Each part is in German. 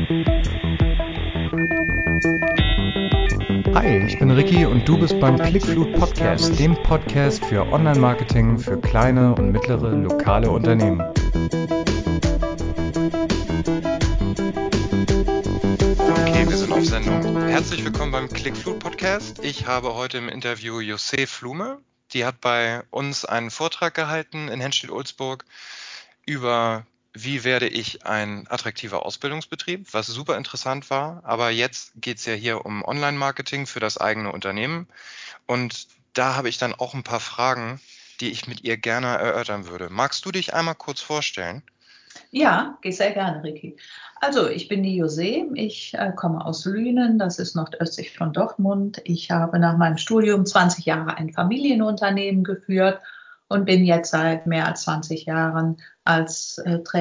Hi, ich bin Ricky und du bist beim Clickflut Podcast, dem Podcast für Online-Marketing für kleine und mittlere lokale Unternehmen. Okay, wir sind auf Sendung. Herzlich willkommen beim Clickflut Podcast. Ich habe heute im Interview José Flume. Die hat bei uns einen Vortrag gehalten in Henstedt-Ulzburg über wie werde ich ein attraktiver Ausbildungsbetrieb, was super interessant war. Aber jetzt geht es ja hier um Online-Marketing für das eigene Unternehmen. Und da habe ich dann auch ein paar Fragen, die ich mit ihr gerne erörtern würde. Magst du dich einmal kurz vorstellen? Ja, sehr gerne, Ricky. Also, ich bin die José, ich komme aus Lünen, das ist nordöstlich von Dortmund. Ich habe nach meinem Studium 20 Jahre ein Familienunternehmen geführt und bin jetzt seit mehr als 20 Jahren als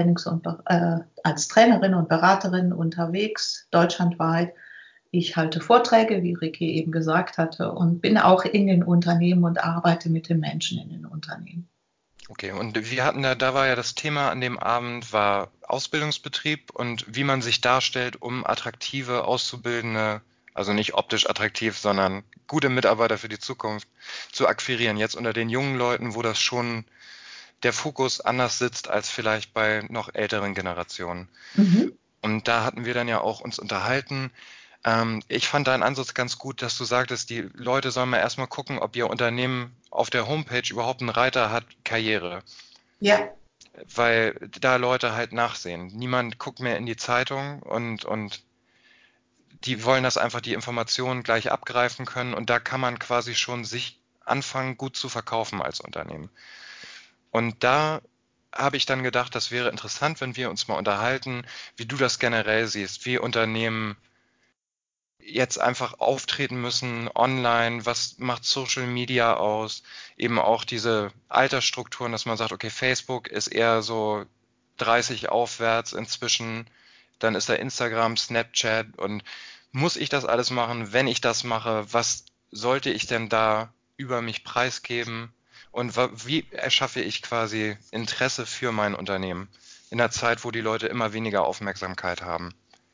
als Trainerin und Beraterin unterwegs, deutschlandweit. Ich halte Vorträge, wie Ricky eben gesagt hatte, und bin auch in den Unternehmen und arbeite mit den Menschen in den Unternehmen. Okay, und wir hatten da war ja das Thema an dem Abend war Ausbildungsbetrieb und wie man sich darstellt, um attraktive Auszubildende, also nicht optisch attraktiv, sondern gute Mitarbeiter für die Zukunft zu akquirieren. Jetzt unter den jungen Leuten, wo das schon der Fokus anders sitzt als vielleicht bei noch älteren Generationen. Mhm. Und da hatten wir dann ja auch uns unterhalten. Ich fand deinen Ansatz ganz gut, dass du sagtest, die Leute sollen mal erstmal gucken, ob ihr Unternehmen auf der Homepage überhaupt einen Reiter hat, Karriere. Ja. Weil da Leute halt nachsehen. Niemand guckt mehr in die Zeitung und die wollen das einfach die Informationen gleich abgreifen können und da kann man quasi schon sich anfangen, gut zu verkaufen als Unternehmen. Und da habe ich dann gedacht, das wäre interessant, wenn wir uns mal unterhalten, wie du das generell siehst, wie Unternehmen jetzt einfach auftreten müssen online, was macht Social Media aus, eben auch diese Altersstrukturen, dass man sagt, okay, Facebook ist eher so 30 aufwärts inzwischen, dann ist da Instagram, Snapchat und muss ich das alles machen? Wenn ich das mache, was sollte ich denn da über mich preisgeben? Und wie erschaffe ich quasi Interesse für mein Unternehmen in einer Zeit, wo die Leute immer weniger Aufmerksamkeit haben?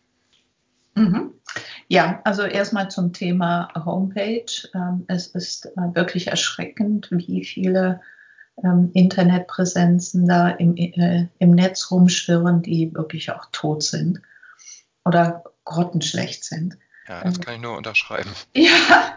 Mhm. Ja, also erstmal zum Thema Homepage. Es ist wirklich erschreckend, wie viele Internetpräsenzen da im Netz rumschwirren, die wirklich auch tot sind oder grottenschlecht sind. Ja, das kann ich nur unterschreiben. Ja,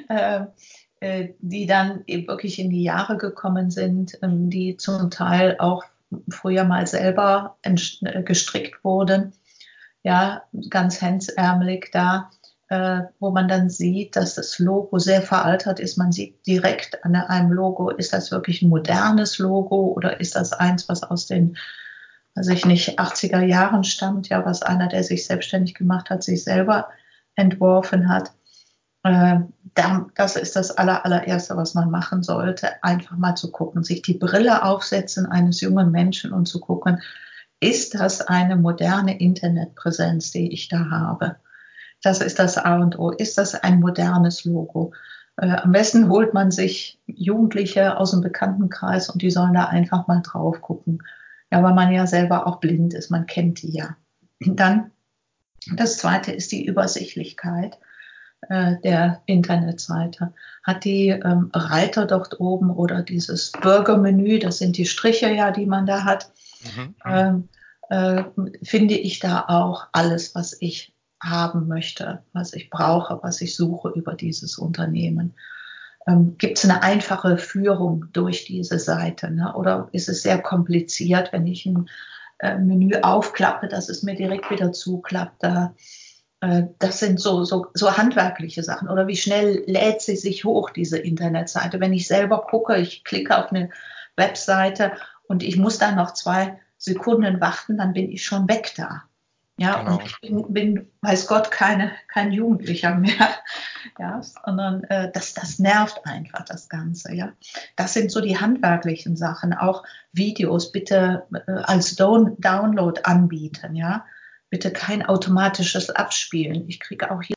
die dann eben wirklich in die Jahre gekommen sind, die zum Teil auch früher mal selber gestrickt wurden, ja, ganz hemdsärmelig da, wo man dann sieht, dass das Logo sehr veraltet ist. Man sieht direkt an einem Logo, ist das wirklich ein modernes Logo oder ist das eins, was aus den, weiß ich nicht, 80er Jahren stammt, ja, was einer, der sich selbstständig gemacht hat, sich selber entworfen hat. Das ist das allererste, was man machen sollte, einfach mal zu gucken, sich die Brille aufsetzen eines jungen Menschen und zu gucken, ist das eine moderne Internetpräsenz, die ich da habe? Das ist das A und O. Ist das ein modernes Logo? Am besten holt man sich Jugendliche aus dem Bekanntenkreis und die sollen da einfach mal drauf gucken. Ja, weil man ja selber auch blind ist, man kennt die ja. Dann das Zweite ist die Übersichtlichkeit der Internetseite. Hat die Reiter dort oben oder dieses Bürgermenü, das sind die Striche ja, die man da hat, Mhm. ähm, finde ich da auch alles, was ich haben möchte, was ich brauche, was ich suche über dieses Unternehmen. Gibt es eine einfache Führung durch diese Seite, ne? Oder ist es sehr kompliziert, wenn ich ein Menü aufklappe, dass es mir direkt wieder zuklappt? Das sind so handwerkliche Sachen. Oder wie schnell lädt sie sich hoch, diese Internetseite? Wenn ich selber gucke, ich klicke auf eine Webseite und ich muss dann noch 2 Sekunden warten, dann bin ich schon weg da. Ja, Genau. und ich bin weiß Gott, kein Jugendlicher mehr. Ja, sondern das nervt einfach, das Ganze. Ja, das sind so die handwerklichen Sachen. Auch Videos bitte als Download anbieten. Ja, bitte kein automatisches Abspielen. Ich kriege auch hier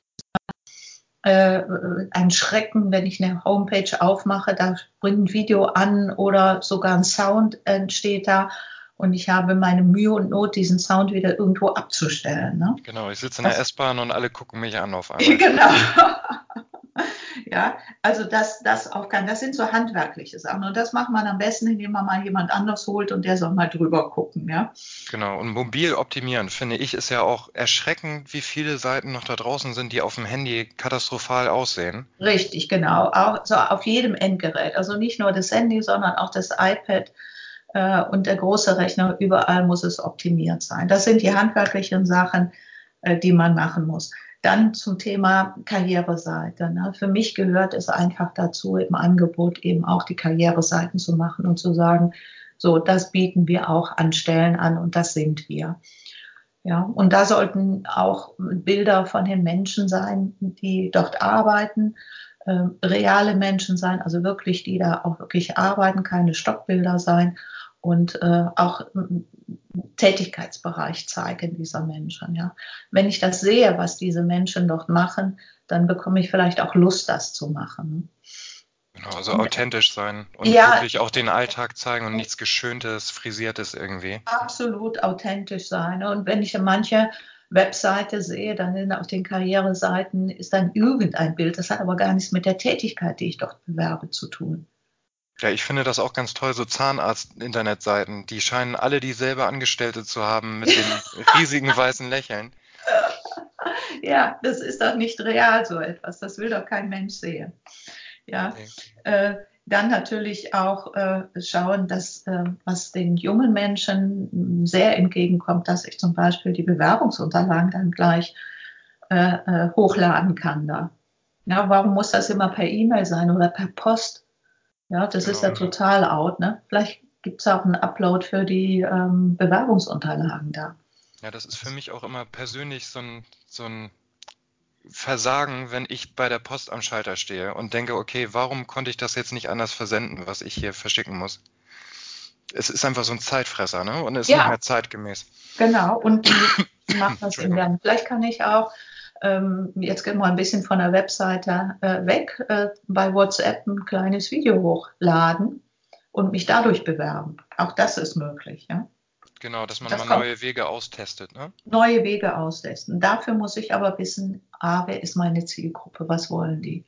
einen Schrecken, wenn ich eine Homepage aufmache, da springt ein Video an oder sogar ein Sound entsteht da und ich habe meine Mühe und Not, diesen Sound wieder irgendwo abzustellen. Ne? Genau, ich sitze in der Das, S-Bahn und alle gucken mich an auf einmal. genau. Ja, also das auch kann, das sind so handwerkliche Sachen. Und das macht man am besten, indem man mal jemand anders holt und der soll mal drüber gucken, ja. Genau, und mobil optimieren, finde ich, ist ja auch erschreckend, wie viele Seiten noch da draußen sind, die auf dem Handy katastrophal aussehen. Richtig, genau. Auch so auf jedem Endgerät. Also nicht nur das Handy, sondern auch das iPad und der große Rechner. Überall muss es optimiert sein. Das sind die handwerklichen Sachen, die man machen muss. Dann zum Thema Karriereseite. Ne? Für mich gehört es einfach dazu, im Angebot eben auch die Karriereseiten zu machen und zu sagen, so, das bieten wir auch an Stellen an und das sind wir. Ja, und da sollten auch Bilder von den Menschen sein, die dort arbeiten, reale Menschen sein, also wirklich, die da auch wirklich arbeiten, keine Stockbilder sein und auch Tätigkeitsbereich zeigen dieser Menschen. Ja. Wenn ich das sehe, was diese Menschen dort machen, dann bekomme ich vielleicht auch Lust, das zu machen. Genau, also Und authentisch sein und ja, wirklich auch den Alltag zeigen und nichts Geschöntes, Frisiertes irgendwie. absolut authentisch sein. Und wenn ich manche Webseite sehe, dann sind auf den Karriereseiten ist dann irgendein Bild. Das hat aber gar nichts mit der Tätigkeit, die ich dort bewerbe, zu tun. Ja, ich finde das auch ganz toll, so Zahnarzt-Internetseiten, die scheinen alle dieselbe Angestellte zu haben mit dem riesigen weißen Lächeln. Ja, das ist doch nicht real, so etwas. Das will doch kein Mensch sehen. Ja, Nee. äh, dann natürlich auch schauen, dass was den jungen Menschen sehr entgegenkommt, dass ich zum Beispiel die Bewerbungsunterlagen dann gleich hochladen kann da. Ja, warum muss das immer per E-Mail sein oder per Post? Ja, das ist ja Genau. total out. Ne? Vielleicht gibt es auch einen Upload für die Bewerbungsunterlagen da. Ja, das ist für mich auch immer persönlich so ein Versagen, wenn ich bei der Post am Schalter stehe und denke, okay, warum konnte ich das jetzt nicht anders versenden, was ich hier verschicken muss? Es ist einfach so ein Zeitfresser, ne? Und ist nicht Ja, mehr zeitgemäß. genau. Und die machen das eben Entschuldigung. gerne. Vielleicht kann ich auch, jetzt gehen wir ein bisschen von der Webseite weg, bei WhatsApp ein kleines Video hochladen und mich dadurch bewerben. Auch das ist möglich. Ja? Genau, dass man Das mal kommt. neue Wege austestet, ne? Neue Wege austesten. Dafür muss ich aber wissen, wer ist meine Zielgruppe, was wollen die?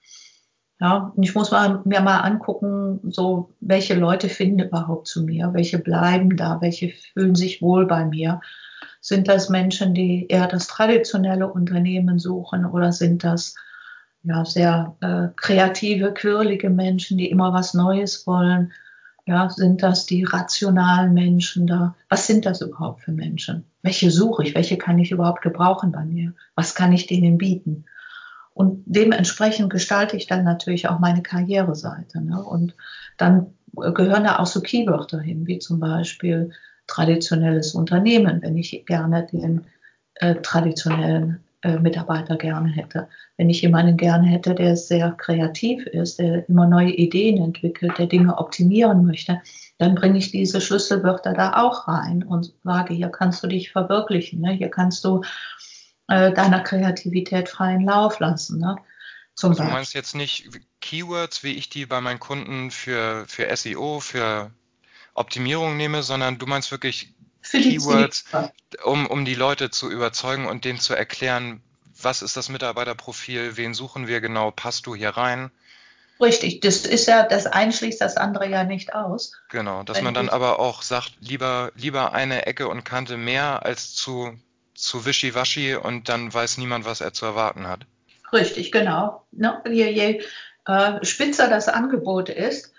Ja, und ich muss mir mal angucken, so welche Leute finden überhaupt zu mir, welche bleiben da, welche fühlen sich wohl bei mir. Sind das Menschen, die eher das traditionelle Unternehmen suchen oder sind das ja sehr kreative, quirlige Menschen, die immer was Neues wollen? Ja, sind das die rationalen Menschen da? Was sind das überhaupt für Menschen? Welche suche ich? Welche kann ich überhaupt gebrauchen bei mir? Was kann ich denen bieten? Und dementsprechend gestalte ich dann natürlich auch meine Karriereseite. Ne? Und dann gehören da auch so Keywörter hin, wie zum Beispiel traditionelles Unternehmen, wenn ich gerne den traditionellen Mitarbeiter gerne hätte. Wenn ich jemanden gerne hätte, der sehr kreativ ist, der immer neue Ideen entwickelt, der Dinge optimieren möchte, dann bringe ich diese Schlüsselwörter da auch rein und sage, hier kannst du dich verwirklichen, ne? Hier kannst du deiner Kreativität freien Lauf lassen, ne? Zum Also du meinst Beispiel. jetzt nicht Keywords, wie ich die bei meinen Kunden für SEO, für Optimierung nehme, sondern du meinst wirklich Für die Keywords, Zielgruppe. um die Leute zu überzeugen und denen zu erklären, was ist das Mitarbeiterprofil, wen suchen wir genau, passt du hier rein? Richtig, das ist ja, das eine schließt das andere ja nicht aus. Genau, dass man Wenn dann ich, aber auch sagt, lieber eine Ecke und Kante mehr als zu wischiwaschi und dann weiß niemand, was er zu erwarten hat. richtig, genau. Ne? Je spitzer das Angebot ist,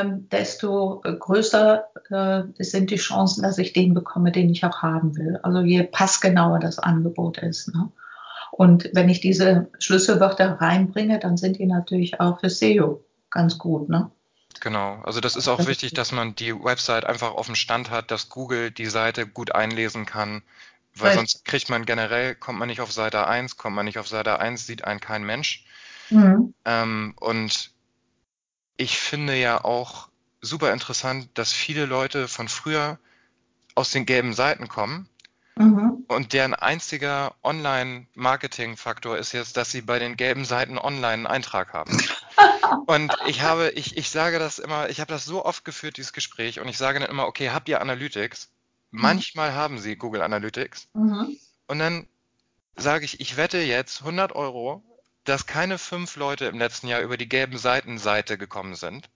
desto größer sind die Chancen, dass ich den bekomme, den ich auch haben will. Also je passgenauer das Angebot ist. Ne? Und wenn ich diese Schlüsselwörter reinbringe, dann sind die natürlich auch für SEO ganz gut. Ne? Genau, also das ist auch wichtig, dass man die Website einfach auf dem Stand hat, dass Google die Seite gut einlesen kann, weil Richtig. sonst kommt man nicht auf Seite eins, kommt man nicht auf Seite eins, sieht einen kein Mensch. Mhm. Und ich finde ja auch super interessant, dass viele Leute von früher aus den gelben Seiten kommen Mhm. Und deren einziger Online-Marketing-Faktor ist jetzt, dass sie bei den gelben Seiten online einen Eintrag haben. Und ich sage das immer, ich habe das so oft geführt, dieses Gespräch, und ich sage dann immer, okay, habt ihr Analytics? Mhm. Manchmal haben sie Google Analytics. Mhm. Und dann sage ich wette jetzt 100 €, dass keine 5 Leute im letzten Jahr über die gelben Seiten-Seite gekommen sind.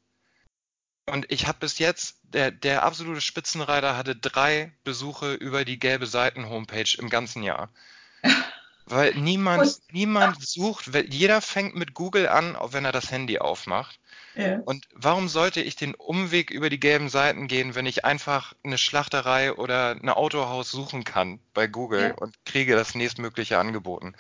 Und ich habe bis jetzt, der absolute Spitzenreiter hatte 3 Besuche über die gelbe Seiten-Homepage im ganzen Jahr. Weil Gut. niemand sucht, jeder fängt mit Google an, auch wenn er das Handy aufmacht. Ja. Und warum sollte ich den Umweg über die gelben Seiten gehen, wenn ich einfach eine Schlachterei oder ein Autohaus suchen kann bei Google Ja. und kriege das nächstmögliche angeboten?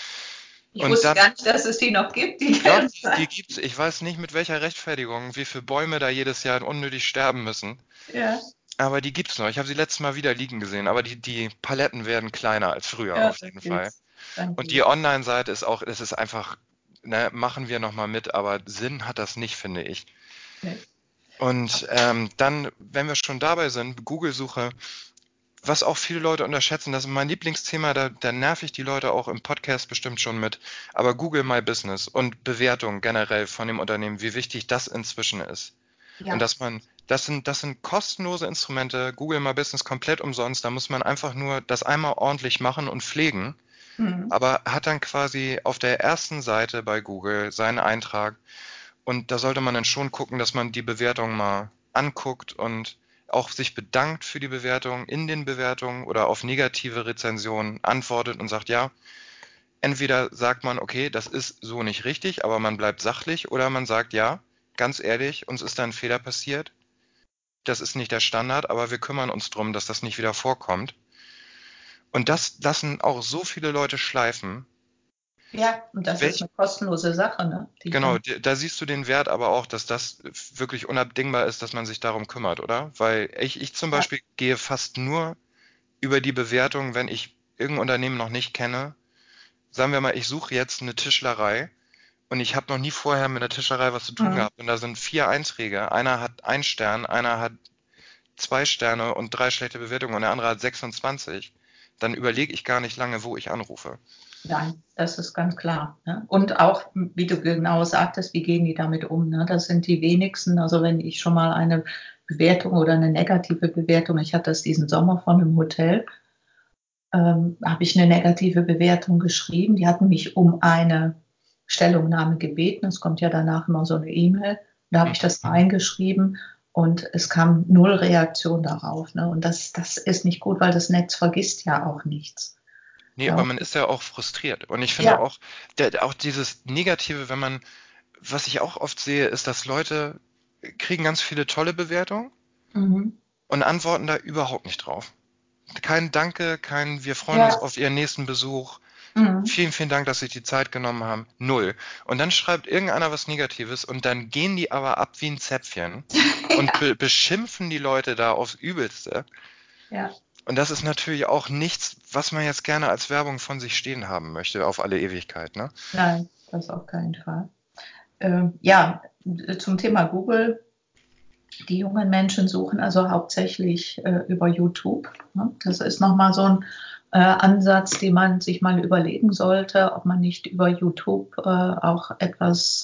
Ich Und wusste dann, gar nicht, dass es die noch gibt, die ja, gelben die Seiten. gibt's. Ich weiß nicht mit welcher Rechtfertigung, wie viele Bäume da jedes Jahr unnötig sterben müssen. Ja, Aber die gibt's noch. Ich habe sie letztes Mal wieder liegen gesehen, aber die Paletten werden kleiner als früher ja, auf dann jeden Fall. geht's. Dann Und die geht's. Online-Seite ist auch, es ist einfach, ne, machen wir nochmal mit, aber Sinn hat das nicht, finde ich. Nee. Und dann, wenn wir schon dabei sind, Google-Suche, was auch viele Leute unterschätzen, das ist mein Lieblingsthema, da nerv ich die Leute auch im Podcast bestimmt schon mit, aber Google My Business und Bewertung generell von dem Unternehmen, wie wichtig das inzwischen ist. Und Ja. das sind kostenlose Instrumente, Google My Business komplett umsonst, da muss man einfach nur das einmal ordentlich machen und pflegen, Mhm. aber hat dann quasi auf der ersten Seite bei Google seinen Eintrag, und da sollte man dann schon gucken, dass man die Bewertung mal anguckt und auch sich bedankt für die Bewertung in den Bewertungen oder auf negative Rezensionen antwortet und sagt, ja, entweder sagt man, okay, das ist so nicht richtig, aber man bleibt sachlich, oder man sagt, ja, ganz ehrlich, uns ist da ein Fehler passiert, das ist nicht der Standard, aber wir kümmern uns drum, dass das nicht wieder vorkommt. Und das lassen auch so viele Leute schleifen. Ja, und das ist Welch eine kostenlose Sache, ne? Die Genau, kann. da siehst du den Wert aber auch, dass das wirklich unabdingbar ist, dass man sich darum kümmert, oder? Weil ich zum Ja. Beispiel gehe fast nur über die Bewertung, wenn ich irgendein Unternehmen noch nicht kenne. Sagen wir mal, ich suche jetzt eine Tischlerei und ich habe noch nie vorher mit einer Tischlerei was zu tun Mhm. gehabt. Und da sind 4 Einträge. Einer hat 1 Stern, einer hat 2 Sterne und 3 schlechte Bewertungen und der andere hat 26. Dann überlege ich gar nicht lange, wo ich anrufe. Nein, das ist ganz klar. Ne? Und auch, wie du genau sagtest, wie gehen die damit um? Ne? Das sind die wenigsten. Also wenn ich schon mal eine Bewertung oder eine negative Bewertung, ich hatte das diesen Sommer von einem Hotel, habe ich eine negative Bewertung geschrieben. Die hatten mich um eine Stellungnahme gebeten. Es kommt ja danach immer so eine E-Mail. Da habe ich Mhm. das reingeschrieben und es kam null Reaktion darauf. Ne? Und das ist nicht gut, weil das Netz vergisst ja auch nichts. Nee, aber Ja, man ist ja auch frustriert. Und ich finde ja. auch, auch dieses Negative, was ich auch oft sehe, ist, dass Leute kriegen ganz viele tolle Bewertungen Mhm. und antworten da überhaupt nicht drauf. Kein Danke, kein wir freuen uns Ja. auf Ihren nächsten Besuch. Mhm. Vielen, vielen Dank, dass Sie sich die Zeit genommen haben. Null. Und dann schreibt irgendeiner was Negatives und dann gehen die aber ab wie ein Zäpfchen und Ja. beschimpfen die Leute da aufs Übelste. Ja. Und das ist natürlich auch nichts, was man jetzt gerne als Werbung von sich stehen haben möchte, auf alle Ewigkeit, ne? Nein, das auf keinen Fall. Ja, zum Thema Google. Die jungen Menschen suchen also hauptsächlich über YouTube. Ne? Das ist nochmal so ein Ansatz, den man sich mal überlegen sollte, ob man nicht über YouTube auch etwas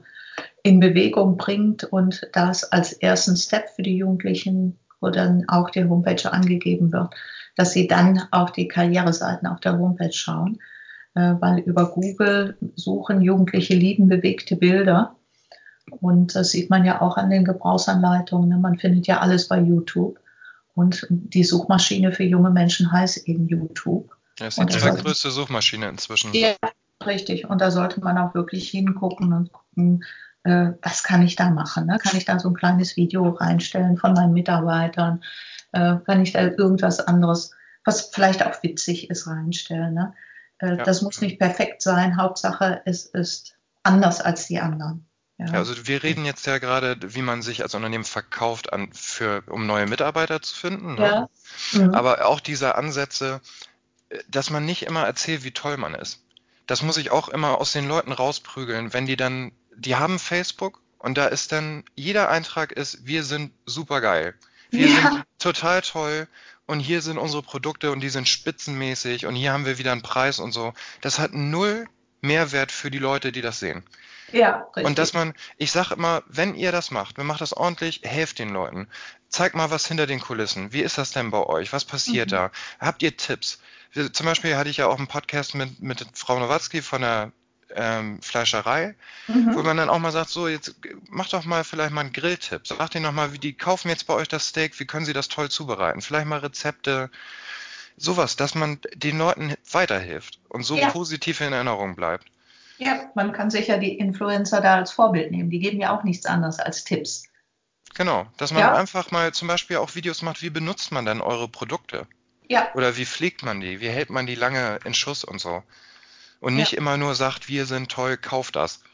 in Bewegung bringt und das als ersten Step für die Jugendlichen, wo dann auch die Homepage angegeben wird, dass sie dann auf die Karriereseiten auf der Homepage schauen, weil über Google suchen Jugendliche lieben bewegte Bilder. Und das sieht man ja auch an den Gebrauchsanleitungen. Ne? Man findet ja alles bei YouTube. Und die Suchmaschine für junge Menschen heißt eben YouTube. Ja, ist die Und das sollte, zweitgrößte Suchmaschine inzwischen. ja, richtig. Und da sollte man auch wirklich hingucken und gucken, was kann ich da machen? Ne? Kann ich da so ein kleines Video reinstellen von meinen Mitarbeitern? Kann ich da irgendwas anderes, was vielleicht auch witzig ist, reinstellen? Ne? Ja. Das muss nicht perfekt sein. Hauptsache, es ist anders als die anderen. Ja, Ja. also wir reden jetzt ja gerade, wie man sich als Unternehmen verkauft, um neue Mitarbeiter zu finden, ne? Ja. Mhm. Aber auch diese Ansätze, dass man nicht immer erzählt, wie toll man ist. Das muss ich auch immer aus den Leuten rausprügeln, wenn die haben Facebook und da ist dann, jeder Eintrag ist, wir sind super geil. Wir sind Ja, total toll und hier sind unsere Produkte und die sind spitzenmäßig und hier haben wir wieder einen Preis und so. Das hat null Mehrwert für die Leute, die das sehen. ja, Und richtig. ich sage immer, wenn ihr das macht, macht das ordentlich, helft den Leuten. Zeigt mal was hinter den Kulissen. Wie ist das denn bei euch? Was passiert Mhm. da? Habt ihr Tipps? Zum Beispiel hatte ich ja auch einen Podcast mit Frau Nowatzki von der Fleischerei, wo Mhm. man dann auch mal sagt, so, jetzt macht doch mal vielleicht mal einen Grilltipp. Sagt ihnen doch mal, wie die kaufen jetzt bei euch das Steak, wie können sie das toll zubereiten? Vielleicht mal Rezepte, sowas, dass man den Leuten weiterhilft und so Ja, positiv in Erinnerung bleibt. ja, man kann sicher die Influencer da als Vorbild nehmen. Die geben ja auch nichts anderes als Tipps. Genau, dass man Ja, einfach mal zum Beispiel auch Videos macht, wie benutzt man dann eure Produkte? ja, Oder wie pflegt man die? Wie hält man die lange in Schuss und so? Und nicht ja. immer nur sagt, wir sind toll, kauft das.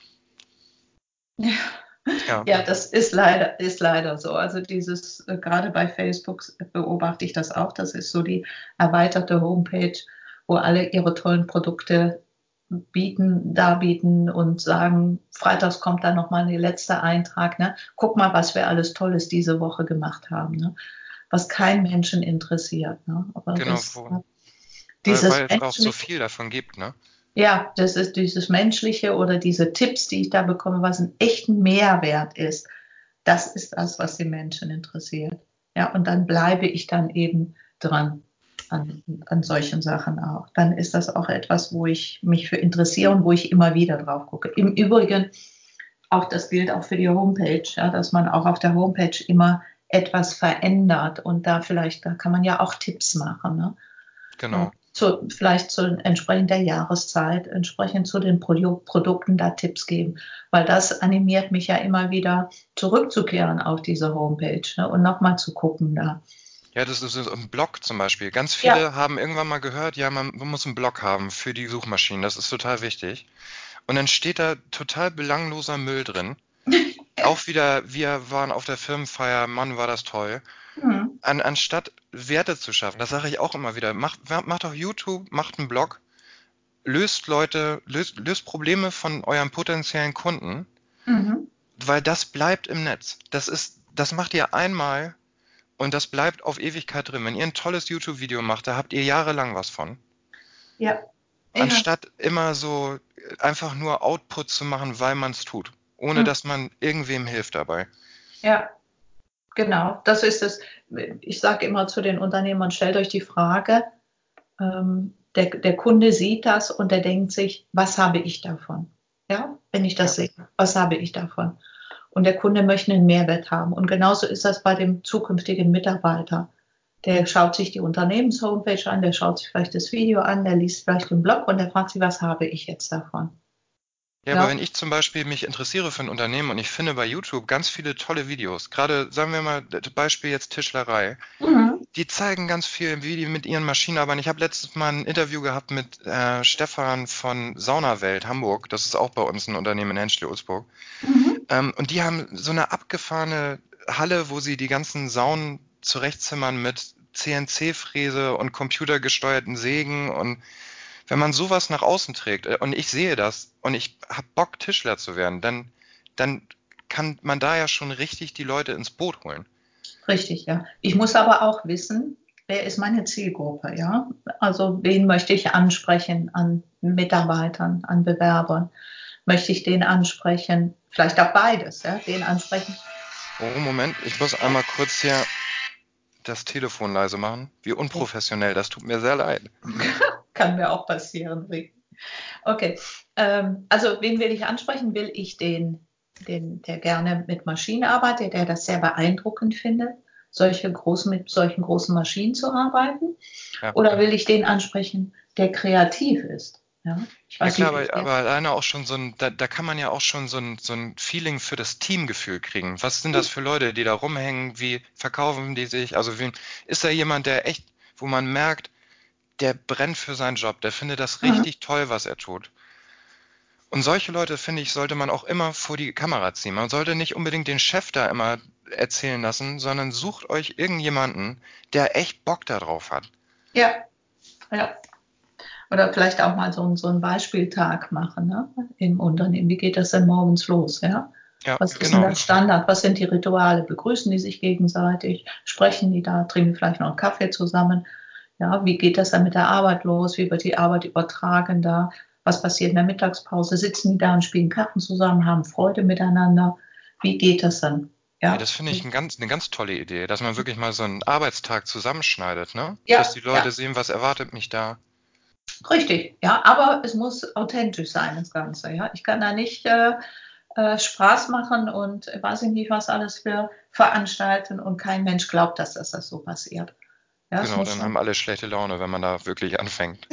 Ja, Ja, das ist leider so. Also dieses, gerade bei Facebook beobachte ich das auch. Das ist so die erweiterte Homepage, wo alle ihre tollen Produkte darbieten und sagen, freitags kommt dann nochmal der letzte Eintrag. Ne? Guck mal, was wir alles Tolles diese Woche gemacht haben. Ne? Was kein Menschen interessiert. Ne? Aber genau, weil dieses es auch so menschliche, viel davon gibt, ne? ja, das ist dieses menschliche oder diese Tipps, die ich da bekomme, was einen echten Mehrwert ist. Das ist das, was die Menschen interessiert. Ja, und dann bleibe ich dann eben dran an solchen Sachen auch. Dann ist das auch etwas, wo ich mich für interessiere und wo ich immer wieder drauf gucke. Im Übrigen, auch das gilt auch für die Homepage, ja, dass man auch auf der Homepage immer etwas verändert und da kann man ja auch Tipps machen. Ne? Genau. Vielleicht zu entsprechend der Jahreszeit, entsprechend zu den Produkten da Tipps geben, weil das animiert mich ja immer wieder zurückzukehren auf diese Homepage, ne, und nochmal zu gucken da. Ja, das ist so ein Blog zum Beispiel. Ganz Ja, viele haben irgendwann mal gehört, ja, man muss einen Blog haben für die Suchmaschinen. Das ist total wichtig. Und dann steht da total belangloser Müll drin. Auch wieder, wir waren auf der Firmenfeier, Mann, war das toll. hm, Anstatt Werte zu schaffen, das sage ich auch immer wieder, macht doch YouTube, macht einen Blog, löst Probleme von euren potenziellen Kunden, mhm, weil das bleibt im Netz. Das macht ihr einmal und das bleibt auf Ewigkeit drin. Wenn ihr ein tolles YouTube-Video macht, da habt ihr jahrelang was von. ja, ja, Anstatt immer so einfach nur Output zu machen, weil man es tut, ohne hm, dass man irgendwem hilft dabei. ja, genau. Das ist es. Ich sage immer zu den Unternehmern, stellt euch die Frage, der Kunde sieht das und der denkt sich, was habe ich davon? Ja, wenn ich Ja, das sehe, was habe ich davon? Und der Kunde möchte einen Mehrwert haben. Und genauso ist das bei dem zukünftigen Mitarbeiter. Der schaut sich die Unternehmenshomepage an, der schaut sich vielleicht das Video an, der liest vielleicht den Blog und der fragt sich, was habe ich jetzt davon? ja, aber Ja, wenn ich zum Beispiel mich interessiere für ein Unternehmen und ich finde bei YouTube ganz viele tolle Videos, gerade sagen wir mal, das Beispiel jetzt Tischlerei, mhm. die zeigen ganz viel, wie die mit ihren Maschinen arbeiten. Ich habe letztes Mal ein Interview gehabt mit Stefan von Saunawelt Hamburg, das ist auch bei uns ein Unternehmen in Henschel-Ulzburg. Mhm. Und die haben so eine abgefahrene Halle, wo sie die ganzen Saunen zurechtzimmern mit CNC-Fräse und computergesteuerten Sägen. Und wenn man sowas nach außen trägt und ich sehe das und ich habe Bock, Tischler zu werden, dann kann man da ja schon richtig die Leute ins Boot holen. Richtig, ja. Ich muss aber auch wissen, wer ist meine Zielgruppe, ja? Also wen möchte ich ansprechen an Mitarbeitern, an Bewerbern? Möchte ich den ansprechen? Vielleicht auch beides, ja? Den ansprechen. Oh, Moment, ich muss einmal kurz hier das Telefon leise machen. Wie Ja. unprofessionell, das tut mir sehr leid. Kann mir auch passieren. Okay. Also wen will ich ansprechen? Will ich der gerne mit Maschinen arbeitet, der das sehr beeindruckend findet, mit solchen großen Maschinen zu arbeiten? Ja. Oder will ich den ansprechen, der kreativ ist? Ja, ich Ja weiß klar, nicht, wie es dir. aber alleine auch schon da kann man ja auch schon so ein Feeling für das Teamgefühl kriegen. Was sind das für Leute, die da rumhängen? Wie verkaufen die sich? Also ist da jemand, der echt, wo man merkt, der brennt für seinen Job, der findet das Mhm. richtig toll, was er tut. Und solche Leute, finde ich, sollte man auch immer vor die Kamera ziehen. Man sollte nicht unbedingt den Chef da immer erzählen lassen, sondern sucht euch irgendjemanden, der echt Bock darauf hat. Ja, ja. Oder vielleicht auch mal so einen Beispieltag machen, ne? Im Unternehmen. Wie geht das denn morgens los? Ja? Ja, Was ist denn genau. der Standard? Was sind die Rituale? Begrüßen die sich gegenseitig? Sprechen die da? Trinken vielleicht noch einen Kaffee zusammen? Ja, wie geht das dann mit der Arbeit los? Wie wird die Arbeit übertragen da? Was passiert in der Mittagspause? Sitzen die da und spielen Karten zusammen, haben Freude miteinander? Wie geht das dann? Ja, Ja, das finde ich eine ganz tolle Idee, dass man wirklich mal so einen Arbeitstag zusammenschneidet, ne? Dass ja, die ja, Leute sehen, was erwartet mich da. richtig. Ja, aber es muss authentisch sein, das Ganze. Ja, ich kann da nicht Spaß machen und weiß ich nicht, was alles für veranstalten und kein Mensch glaubt, dass das so passiert. Ja, es Genau, muss dann schon. haben alle schlechte Laune, wenn man da wirklich anfängt.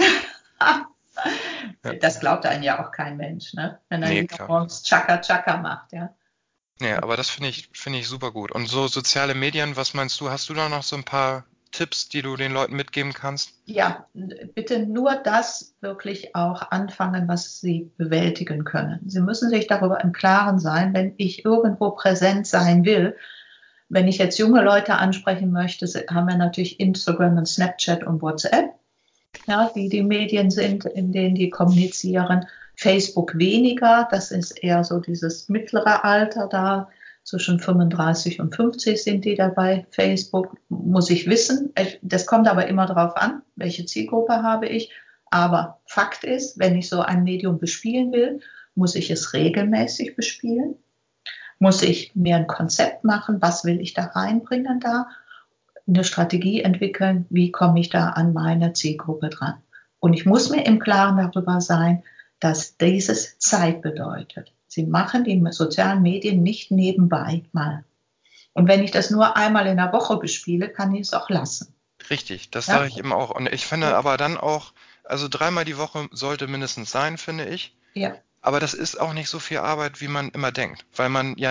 Ja. Das glaubt einem ja auch kein Mensch, ne? Wenn er Nee, jeder klar. morgens Chaka Chaka macht, ja. Nee, aber das finde ich super gut. Und so soziale Medien, was meinst du? Hast du da noch so ein paar Tipps, die du den Leuten mitgeben kannst? Ja, bitte nur das wirklich auch anfangen, was Sie bewältigen können. Sie müssen sich darüber im Klaren sein, wenn ich irgendwo präsent sein will. Wenn ich jetzt junge Leute ansprechen möchte, haben wir natürlich Instagram und Snapchat und WhatsApp, ja, die Medien sind, in denen die kommunizieren. Facebook weniger, das ist eher so dieses mittlere Alter da, zwischen 35 und 50 sind die dabei. Facebook muss ich wissen, das kommt aber immer darauf an, welche Zielgruppe habe ich. Aber Fakt ist, wenn ich so ein Medium bespielen will, muss ich es regelmäßig bespielen, muss ich mir ein Konzept machen, was will ich da reinbringen da, eine Strategie entwickeln, wie komme ich da an meine Zielgruppe dran. Und ich muss mir im Klaren darüber sein, dass dieses Zeit bedeutet. Sie machen die sozialen Medien nicht nebenbei mal. Und wenn ich das nur einmal in der Woche bespiele, kann ich es auch lassen. Richtig, das sage Ja? ich eben auch. Und ich finde aber dann auch, also dreimal die Woche sollte mindestens sein, finde ich. Ja. Aber das ist auch nicht so viel Arbeit, wie man immer denkt, weil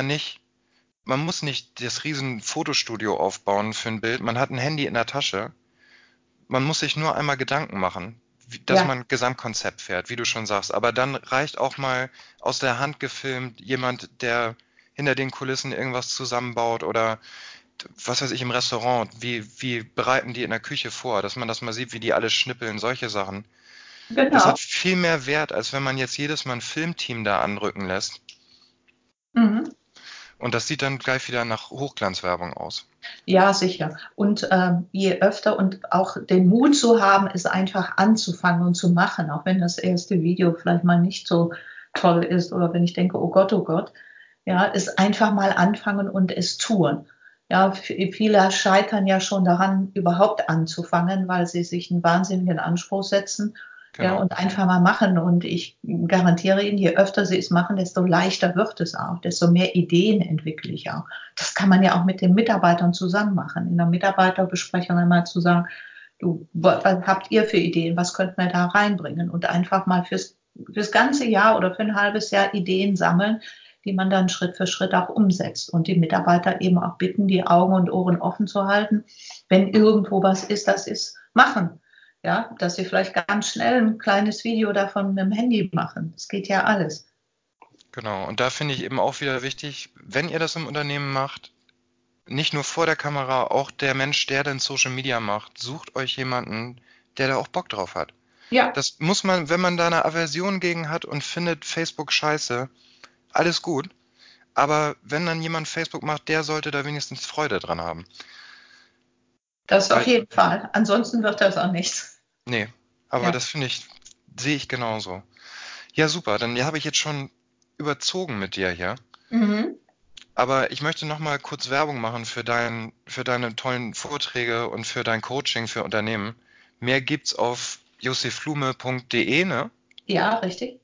man muss nicht das riesen Fotostudio aufbauen für ein Bild. Man hat ein Handy in der Tasche. Man muss sich nur einmal Gedanken machen, dass Ja. man ein Gesamtkonzept fährt, wie du schon sagst. Aber dann reicht auch mal aus der Hand gefilmt jemand, der hinter den Kulissen irgendwas zusammenbaut oder was weiß ich im Restaurant. Wie bereiten die in der Küche vor, dass man das mal sieht, wie die alles schnippeln, solche Sachen. Das hat Genau. viel mehr Wert, als wenn man jetzt jedes Mal ein Filmteam da anrücken lässt. Mhm. Und das sieht dann gleich wieder nach Hochglanzwerbung aus. Ja, sicher. Und je öfter und auch den Mut zu haben, es einfach anzufangen und zu machen, auch wenn das erste Video vielleicht mal nicht so toll ist oder wenn ich denke, oh Gott, ja, es einfach mal anfangen und es tun. Ja, viele scheitern ja schon daran, überhaupt anzufangen, weil sie sich einen wahnsinnigen Anspruch setzen, ja, Genau. und einfach mal machen. Und ich garantiere Ihnen, je öfter Sie es machen, desto leichter wird es auch, desto mehr Ideen entwickle ich auch. Das kann man ja auch mit den Mitarbeitern zusammen machen. In der Mitarbeiterbesprechung einmal zu sagen, du, was habt ihr für Ideen? Was könnten wir da reinbringen? Und einfach mal fürs ganze Jahr oder für ein halbes Jahr Ideen sammeln, die man dann Schritt für Schritt auch umsetzt. Und die Mitarbeiter eben auch bitten, die Augen und Ohren offen zu halten. Wenn irgendwo was ist, das ist machen. Ja, dass sie vielleicht ganz schnell ein kleines Video davon mit dem Handy machen. Das geht ja alles. Genau. Und da finde ich eben auch wieder wichtig, wenn ihr das im Unternehmen macht, nicht nur vor der Kamera, auch der Mensch, der dann Social Media macht, sucht euch jemanden, der da auch Bock drauf hat. Ja, Das muss man, wenn man da eine Aversion gegen hat und findet Facebook scheiße, alles gut. Aber wenn dann jemand Facebook macht, der sollte da wenigstens Freude dran haben. das auf Weil, jeden Fall. Ansonsten wird das auch nichts. nee, aber Ja. das sehe ich genauso. Ja, super, dann habe ich jetzt schon überzogen mit dir hier. Mhm. Aber ich möchte noch mal kurz Werbung machen für deine tollen Vorträge und für dein Coaching für Unternehmen. Mehr gibt's auf joseflume.de, ne? Ja, richtig.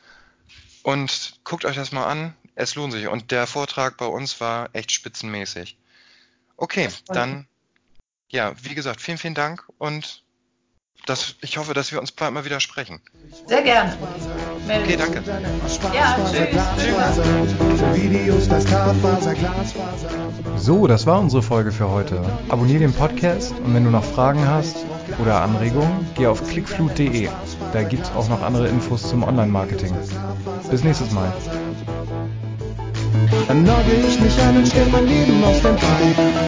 Und guckt euch das mal an. Es lohnt sich. Und der Vortrag bei uns war echt spitzenmäßig. Okay, Das freut mich. dann, ja, wie gesagt, vielen Dank und ich hoffe, dass wir uns bald mal wieder sprechen. Sehr gerne. Melde Okay, dich. danke. Ja, tschüss. So, das war unsere Folge für heute. Abonnier den Podcast und wenn du noch Fragen hast oder Anregungen, geh auf clickflut.de. Da gibt's auch noch andere Infos zum Online-Marketing. Bis nächstes Mal. Dann nagel ich mich an und stell mein Leben auf den Bein.